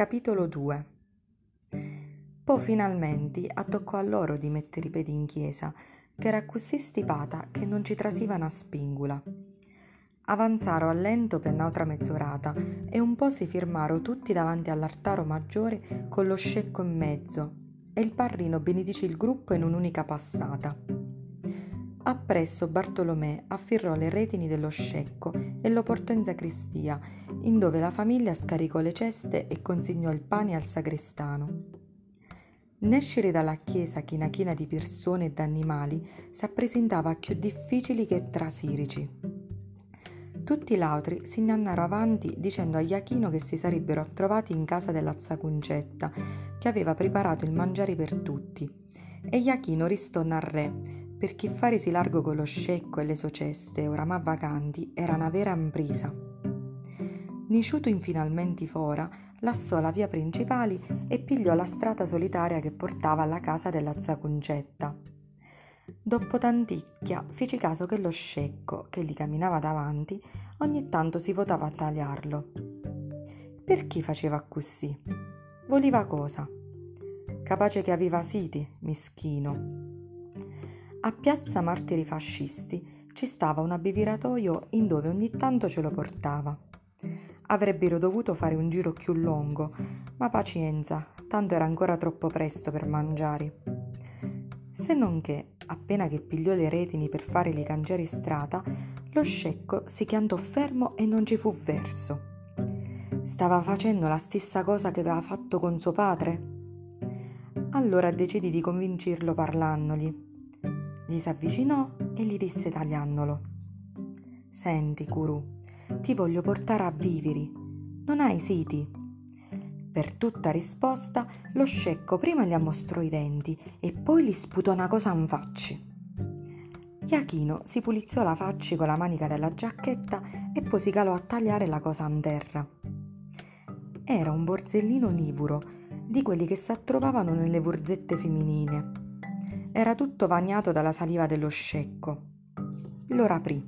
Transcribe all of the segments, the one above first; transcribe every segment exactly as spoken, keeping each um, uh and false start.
Capitolo due. Po finalmente attoccò a loro di mettere i piedi in chiesa, che era così stipata che non ci trasiva una spingula. Avanzaro a lento per un'altra mezz'orata e un po' si firmaro tutti davanti all'altaro maggiore con lo scecco in mezzo, e il parrino benedice il gruppo in un'unica passata. Appresso Bartolomè affirrò le retini dello scecco e lo portò in sacristia, in dove la famiglia scaricò le ceste e consegnò il pane al sagrestano. Nescere dalla chiesa china china di persone e d'animali s'appresentava più difficili che tra sirici. Tutti l'autri si innannaro avanti dicendo a Iachino che si sarebbero trovati in casa della zia Concetta, che aveva preparato il mangiare per tutti, e Iachino ristorna al re, perché farisi largo con lo scecco e le socieste, oramai vacanti, era una vera impresa. Nisciuto in finalmente fora, lassò la via principali e pigliò la strada solitaria che portava alla casa della zia Concetta. Dopo tanticchia fece caso che lo scecco, che gli camminava davanti, ogni tanto si votava a tagliarlo. Perché faceva così? Voleva cosa? Capace che aveva siti, mischino. A piazza Martiri Fascisti ci stava un abbeviratoio in dove ogni tanto ce lo portava. Avrebbero dovuto fare un giro più lungo, ma pazienza, tanto era ancora troppo presto per mangiare. Se non che, appena che pigliò le retini per fare i cangieri strada, lo scecco si chiantò fermo e non ci fu verso. Stava facendo la stessa cosa che aveva fatto con suo padre? Allora decidì di convincerlo parlandogli. Gli s'avvicinò e gli disse tagliandolo: «Senti, Curù, ti voglio portare a vivere. Non hai siti?» Per tutta risposta, lo scecco prima gli ammostrò i denti e poi gli sputò una cosa in facci. Iachino si pulizzò la faccia con la manica della giacchetta e poi si calò a tagliare la cosa in terra. Era un borsellino nivuro, di quelli che si trovavano nelle vurzette femminine. Era tutto bagnato dalla saliva dello scecco. Lo aprì.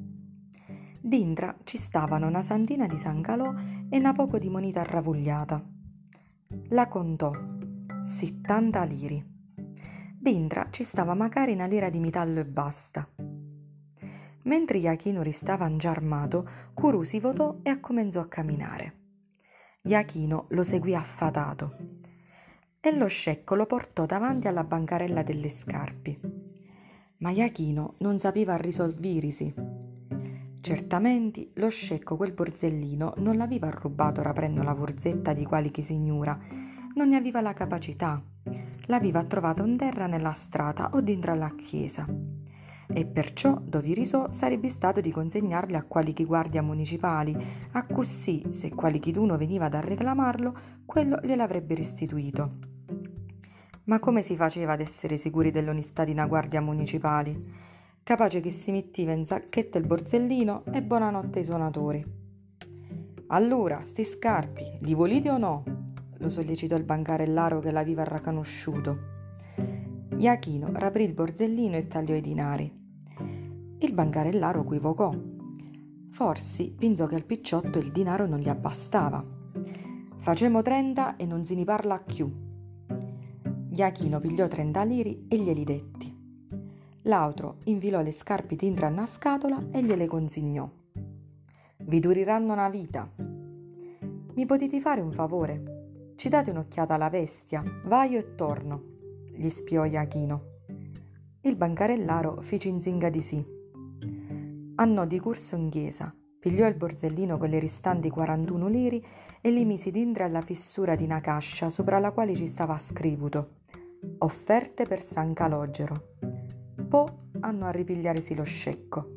Dintra ci stavano una santina di San Calò e una poco di moneta arravogliata. La contò. settanta liri. Dintra ci stava magari una lira di metallo e basta. Mentre Iachino restava ingiarmato, Curù si votò e accominciò a camminare. Iachino lo seguì affatato e lo scecco lo portò davanti alla bancarella delle scarpe. Ma Iachino non sapeva risolvirisi. Certamente lo scecco quel borsellino non l'aveva rubato rapendo la vurzetta di qualche signora, non ne aveva la capacità, l'aveva trovato in terra nella strada o dentro alla chiesa, e perciò dove risò sarebbe stato di consegnarli a qualche guardia municipali, a così se qualcheduno veniva da reclamarlo, quello gliel'avrebbe restituito. Ma come si faceva ad essere sicuri dell'onestà di una guardia municipali? Capace che si metteva in sacchetta il borsellino e buonanotte ai suonatori. «Allora, sti scarpi, li volete o no?» lo sollecitò il bancarellaro che l'aveva riconosciuto. Iachino raprì il borsellino e tagliò i dinari. Il bancarellaro equivocò. Forse pensò che al picciotto il denaro non gli abbastava. «Facemo trenta e non se ne parla più». Iachino pigliò trenta liri e glieli detti. L'altro infilò le scarpe dentro a una scatola e gliele consegnò. «Vi duriranno una vita. Mi potete fare un favore? Ci date un'occhiata alla bestia, vaio e torno», gli spiò Iachino. Il bancarellaro fece in zinga di sì. Andò di corso in chiesa, pigliò il borsellino con le restanti quarantuno liri e li mise dentro alla fessura di una cascia sopra la quale ci stava scrivuto: «Offerte per San Calogero». Poi andò a ripigliarsi lo scecco.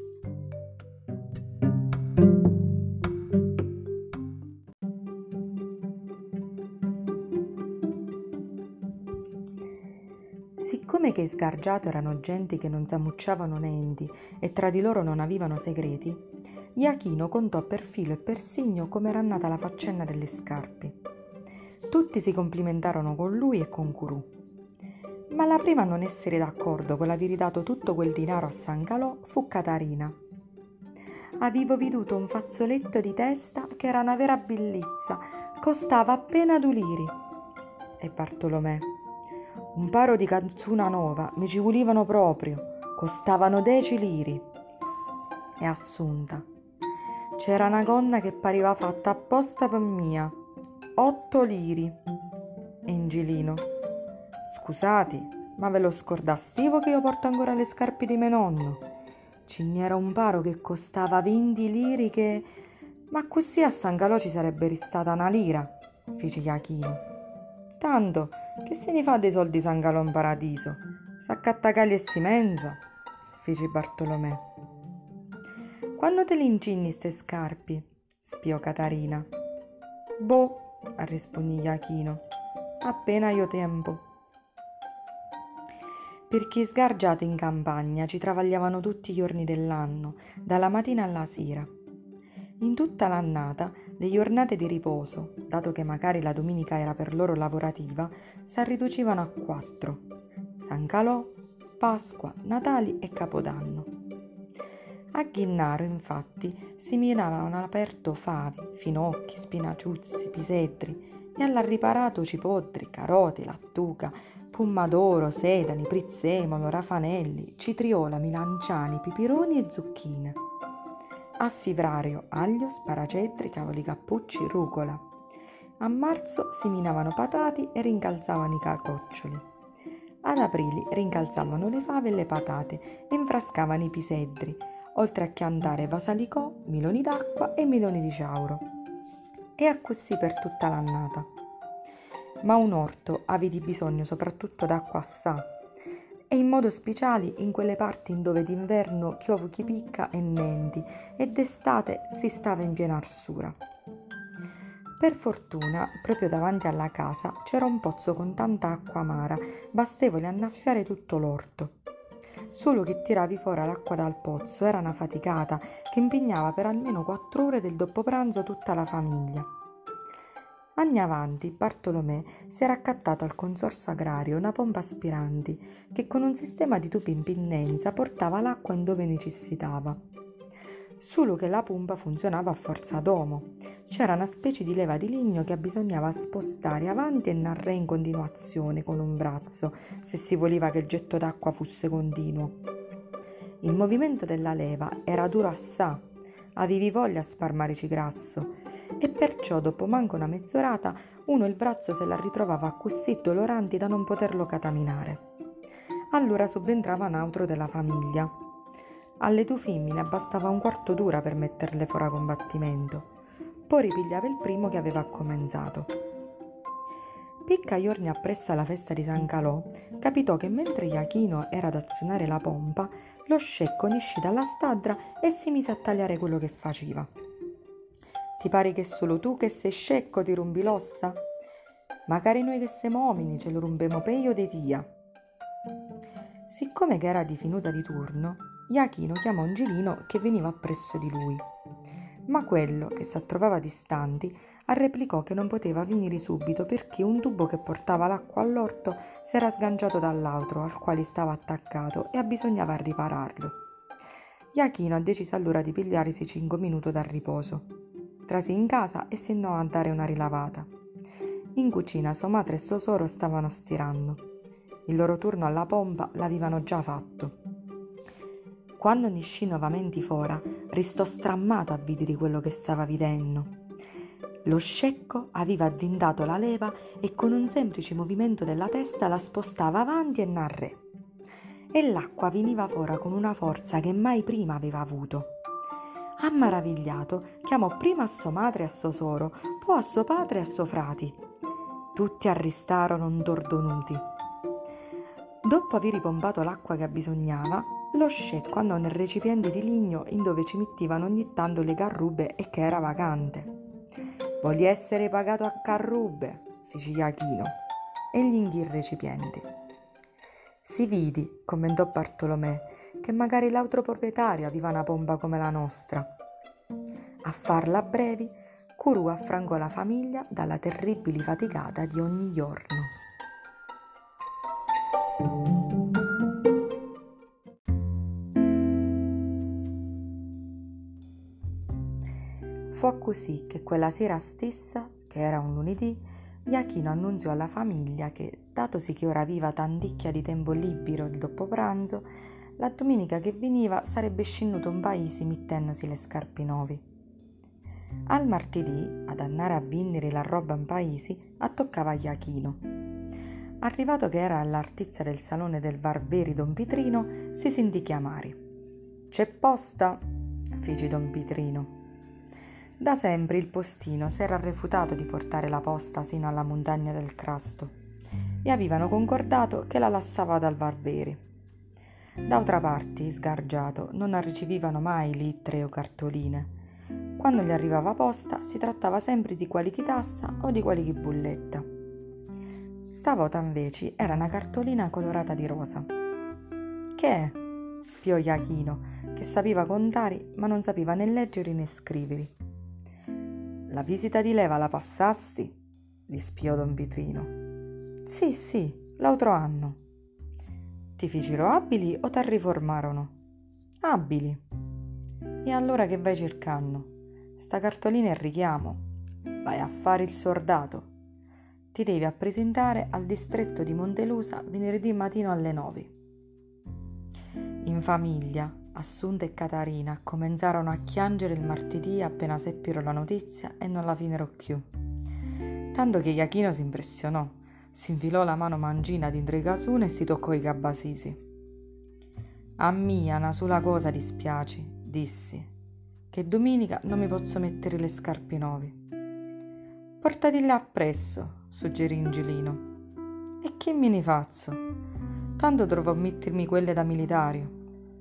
Siccome che sgargiato erano genti che non s'ammucciavano nenti e tra di loro non avevano segreti, Iachino contò per filo e per segno come era nata la faccenda delle scarpe. Tutti si complimentarono con lui e con Curù. Ma la prima a non essere d'accordo con l'aver dato tutto quel denaro a San Calò fu Catarina. avevo veduto un fazzoletto di testa che era una vera bellezza, costava appena due liri. E Bartolomè: un paro di calzuna nova, mi ci volevano proprio, costavano dieci liri. E Assunta: c'era una gonna che pareva fatta apposta per mia, otto liri. E Ingilino: scusati, ma ve lo scordastivo che io porto ancora le scarpe di mio nonno? Ce n'era un paro che costava venti liri che... Ma così a San Calò ci sarebbe restata una lira, fece Iachino. Tanto, che se ne fa dei soldi San Calò in paradiso? S'accattacagli e si menza, fece Bartolomè. Quando te li incinni ste scarpe? Spiò Catarina. Boh, rispondì Iachino, appena io tempo. Perché sgargiati in campagna ci travagliavano tutti i giorni dell'anno, dalla mattina alla sera. In tutta l'annata, le giornate di riposo, dato che magari la domenica era per loro lavorativa, s'arriducivano a quattro: San Calò, Pasqua, Natali e Capodanno. A Ghinnaro, infatti, si minavano all'aperto favi, finocchi, spinaciuzzi, pisedri e all'arriparato cipodri, carote, lattuga, pommadoro, sedani, prezzemolo, rafanelli, citriola, milanciani, pipironi e zucchine. A febbraio aglio, sparacetri, cavoli cappucci, rucola. A marzo si minavano patati e rincalzavano i cacoccioli. Ad aprile rincalzavano le fave e le patate e infrascavano i pisedri, oltre a chiantare vasalicò, miloni d'acqua e miloni di ciauro. E a così per tutta l'annata. Ma un orto aveva bisogno soprattutto d'acqua assà, e in modo speciale in quelle parti in dove d'inverno chiovu chi picca e nenti e d'estate si stava in piena arsura. Per fortuna, proprio davanti alla casa c'era un pozzo con tanta acqua amara, bastevole a annaffiare tutto l'orto. Solo che tiravi fuori l'acqua dal pozzo era una faticata che impegnava per almeno quattro ore del doppopranzo tutta la famiglia. Anni avanti Bartolomè si era accattato al consorzio agrario una pompa aspiranti che con un sistema di tubi in pendenza portava l'acqua in dove necessitava. Solo che la pompa funzionava a forza d'uomo. C'era una specie di leva di legno che bisognava spostare avanti e narrare in continuazione con un braccio se si voleva che il getto d'acqua fosse continuo. Il movimento della leva era duro assà, avevi voglia a sparmare grasso, e perciò dopo manco una mezz'orata uno il braccio se la ritrovava così doloranti da non poterlo cataminare. Allora subentrava un altro della famiglia. Alle due femmine bastava un quarto d'ora per metterle fuori a combattimento, poi ripigliava il primo che aveva cominciato. Picca giorni appresso alla festa di San Calò, capitò che mentre Iachino era ad azionare la pompa, lo scecco ne uscì dalla stadra e si mise a tagliare quello che faceva. Ti pare che solo tu che sei scecco ti rumbi l'ossa? Magari noi che siamo uomini ce lo rumbemo peggio di tia. Siccome che era divenuta di turno, Iachino chiamò un gelino che veniva appresso di lui. Ma quello, che s'attrovava distanti, arreplicò che non poteva venire subito perché un tubo che portava l'acqua all'orto si era sganciato dall'altro al quale stava attaccato e bisognava ripararlo. Iachino ha deciso allora di pigliarsi cinque minuti dal riposo. Trase in casa e si andò a dare una rilavata. In cucina sua madre e suo soro stavano stirando. Il loro turno alla pompa l'avevano già fatto. Quando ne uscì nuovamente fora, restò strammato a vedere quello che stava vedendo. Lo scecco aveva addentato la leva e con un semplice movimento della testa la spostava avanti e narré. E l'acqua veniva fora con una forza che mai prima aveva avuto. Ammaravigliato, chiamò prima a sua madre e a suo soro, poi a suo padre e a suo frati. Tutti arrestarono intordonuti. Dopo aver ripompato l'acqua che abbisognava, lo scecco andò nel recipiente di legno in dove ci mettevano ogni tanto le carrube e che era vacante. «Voglio essere pagato a carrube», fece Iachino, e gli inghì il recipiente. «Si vidi», commentò Bartolomè, «che magari l'altro proprietario aveva una pompa come la nostra». A farla brevi, Curù affrancò la famiglia dalla terribile faticata di ogni giorno. Fu così che quella sera stessa, che era un lunedì, Iachino annunziò alla famiglia che, datosi che ora aveva tandicchia di tempo libero il dopo pranzo, la domenica che veniva sarebbe scenduto un paese mittennosi le scarpe nuove. Al martedì, ad andare a vendere la roba in paesi, attoccava Iachino. Arrivato che era all'artizia del salone del Barberi don Pitrino, si sentì chiamare. «C'è posta?» fece don Pitrino. Da sempre il postino s'era rifiutato di portare la posta sino alla montagna del Crasto e avevano concordato che la lassava dal Barberi. D'altra parte, sgargiato, non ricevivano mai littere o cartoline. Quando gli arrivava posta si trattava sempre di qualche tassa o di qualche bulletta. Stavolta invece era una cartolina colorata di rosa. «Che è?» spiò Iachino, che sapeva contare ma non sapeva né leggere né scrivere. «La visita di leva la passasti?» gli spiò don Pitrino. «Sì, sì, l'altro anno». «Ti fecero abili o ti riformarono?» «Abili». «E allora che vai cercando? Sta cartolina è il richiamo. Vai a fare il sordato. Ti devi appresentare al distretto di Montelusa venerdì mattino alle nove». In famiglia, Assunta e Catarina comenzarono a chiangere il martedì appena seppero la notizia e non la finero più. Tanto che Iachino si impressionò, si infilò la mano mangina dentro i casuni e si toccò i gabbasisi. «A mia una sola cosa dispiace», dissi, «che domenica non mi posso mettere le scarpe nuove». «Portatele appresso», suggerì Angelino. «E che me ne faccio? Tanto trovo a mettermi quelle da militario».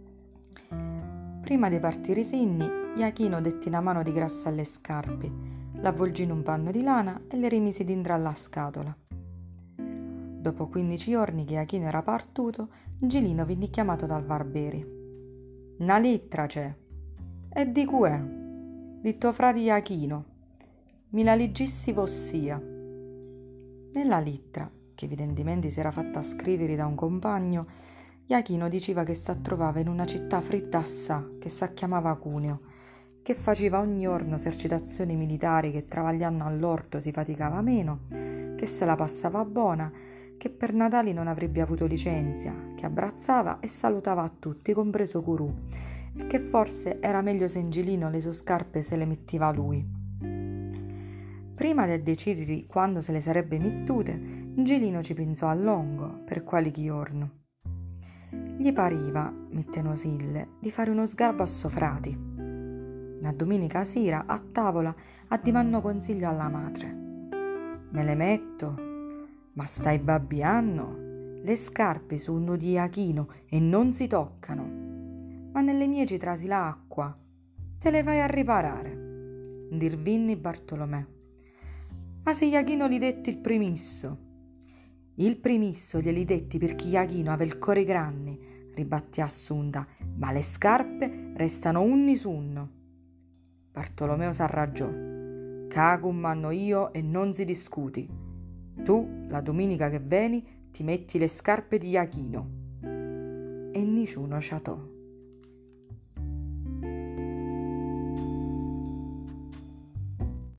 Prima di partire i segni, Iachino dette una mano di grasso alle scarpe, l'avvolgì in un panno di lana e le rimise dentro alla scatola. Dopo quindici giorni che Iachino era partuto, Angelino venne chiamato dal Barberi. «Una lettera c'è». «E di cui è?» «Di tuo frate Iachino. Mi la leggissi vossia». Nella lettera, che evidentemente si era fatta scrivere da un compagno, Iachino diceva che si trovava in una città fredda assà, che si chiamava Cuneo, che faceva ogni giorno esercitazioni militari, che travagliando all'orto si faticava meno, che se la passava buona, che per Natale non avrebbe avuto licenzia, che abbracciava e salutava a tutti, compreso Curù, e che forse era meglio se Angelino le sue scarpe se le metteva lui. Prima di decidere quando se le sarebbe mettute, Angelino ci pensò a lungo, per qualche giorno. Gli pareva, mittenosille, di fare uno sgarbo a suo frati. Una domenica sera, a tavola, addimandò consiglio alla madre. «Me le metto? Ma stai babbiando? Le scarpe sono di Iachino e non si toccano. Ma nelle mie ci trasi l'acqua. Te le vai a riparare». Dirvinni Bartolomè. «Ma se Iachino li detti il primisso?» «Il primisso glieli detti perché Iachino aveva il cuore grande», ribattì Assunta, «ma le scarpe restano unni su unno». Bartolomeo s'arraggiò. «Cagum manno io e non si discuti. Tu, la domenica che veni, ti metti le scarpe di Iachino». E nessuno ciatò.